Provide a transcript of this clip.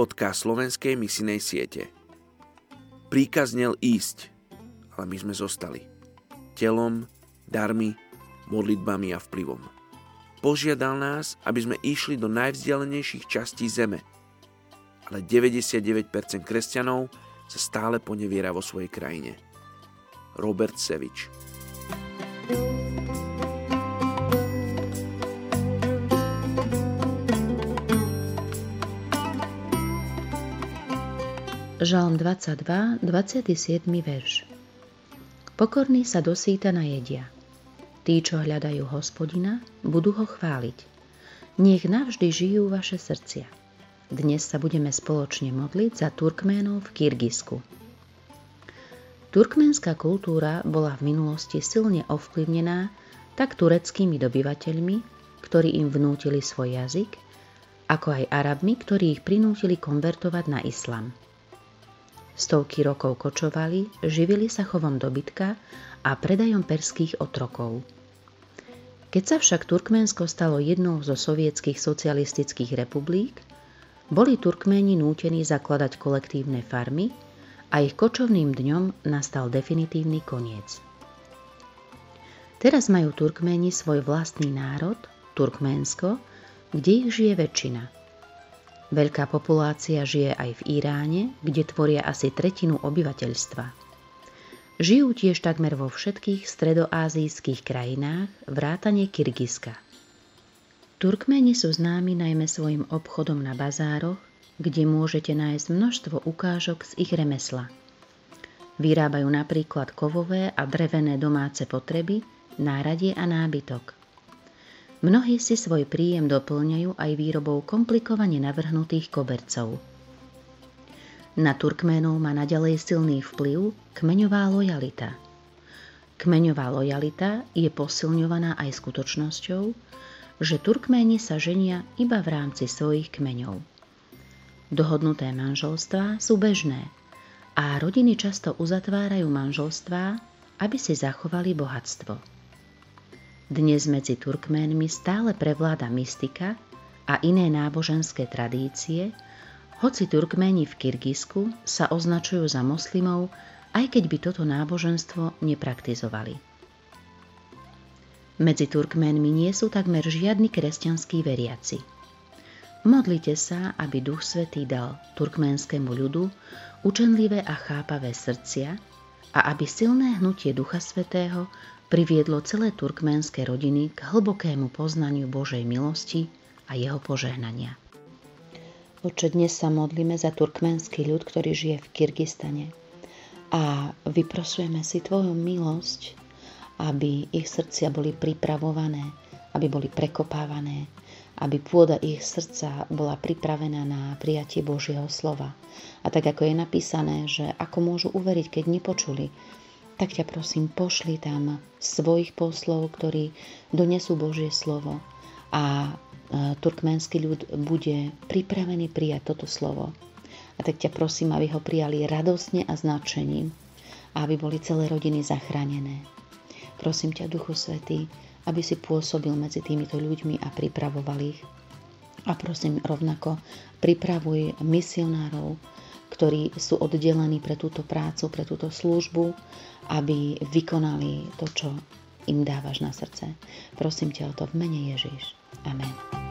podcast slovenskej misijnej siete. Príkaz znel ísť, ale my sme zostali. Telom, darmi, modlitbami a vplyvom. Požiadal nás, aby sme išli do najvzdialenejších častí zeme, ale 99% kresťanov sa stále poneviera vo svojej krajine. Robert Sevič. Žalm 22, 27. verš. Pokorní sa dosýta najedia. Tí, čo hľadajú Hospodina, budú ho chváliť. Nech navždy žijú vaše srdcia. Dnes sa budeme spoločne modliť za Turkménov v Kyrgyzsku. Turkménska kultúra bola v minulosti silne ovplyvnená tak tureckými dobyvateľmi, ktorí im vnútili svoj jazyk, ako aj Arabmi, ktorí ich prinútili konvertovať na islám. Stovky rokov kočovali, živili sa chovom dobytka a predajom perských otrokov. Keď sa však Turkménsko stalo jednou zo sovietských socialistických republik, boli Turkméni nútení zakladať kolektívne farmy a ich kočovným dňom nastal definitívny koniec. Teraz majú Turkméni svoj vlastný národ, Turkménsko, kde ich žije väčšina. Veľká populácia žije aj v Iráne, kde tvoria asi tretinu obyvateľstva. Žijú tiež takmer vo všetkých stredoázijských krajinách vrátane Kyrgyzska. Turkméni sú známi najmä svojim obchodom na bazároch, kde môžete nájsť množstvo ukážok z ich remesla. Vyrábajú napríklad kovové a drevené domáce potreby, náradie a nábytok. Mnohí si svoj príjem doplňajú aj výrobou komplikovane navrhnutých kobercov. Na Turkménov má naďalej silný vplyv kmeňová lojalita. Kmeňová lojalita je posilňovaná aj skutočnosťou, že Turkméni sa ženia iba v rámci svojich kmeňov. Dohodnuté manželstvá sú bežné a rodiny často uzatvárajú manželstvá, aby si zachovali bohatstvo. Dnes medzi Turkménmi stále prevláda mystika a iné náboženské tradície, hoci Turkméni v Kyrgyzsku sa označujú za moslimov, aj keď by toto náboženstvo nepraktizovali. Medzi Turkménmi nie sú takmer žiadni kresťanskí veriaci. Modlite sa, aby Duch Svätý dal turkménskému ľudu učenlivé a chápavé srdcia a aby silné hnutie Ducha Svätého priviedlo celé turkménske rodiny k hlbokému poznaniu Božej milosti a jeho požehnania. Oče, dnes sa modlíme za turkménsky ľud, ktorý žije v Kyrgyzstane a vyprosujeme si Tvoju milosť, aby ich srdcia boli pripravované, aby boli prekopávané, aby pôda ich srdca bola pripravená na prijatie Božieho slova. A tak ako je napísané, že ako môžu uveriť, keď nepočuli, tak ťa prosím, pošli tam svojich poslov, ktorí donesú Božie slovo a turkménsky ľud bude pripravený prijať toto slovo. A tak ťa prosím, aby ho prijali radosne a s nadšením, aby boli celé rodiny zachránené. Prosím ťa, Duchu Svätý, aby si pôsobil medzi týmito ľuďmi a pripravoval ich. A prosím rovnako, pripravuj misionárov, ktorí sú oddelení pre túto prácu, pre túto službu, aby vykonali to, čo im dávaš na srdce. Prosím ťa o to v mene Ježiš. Amen.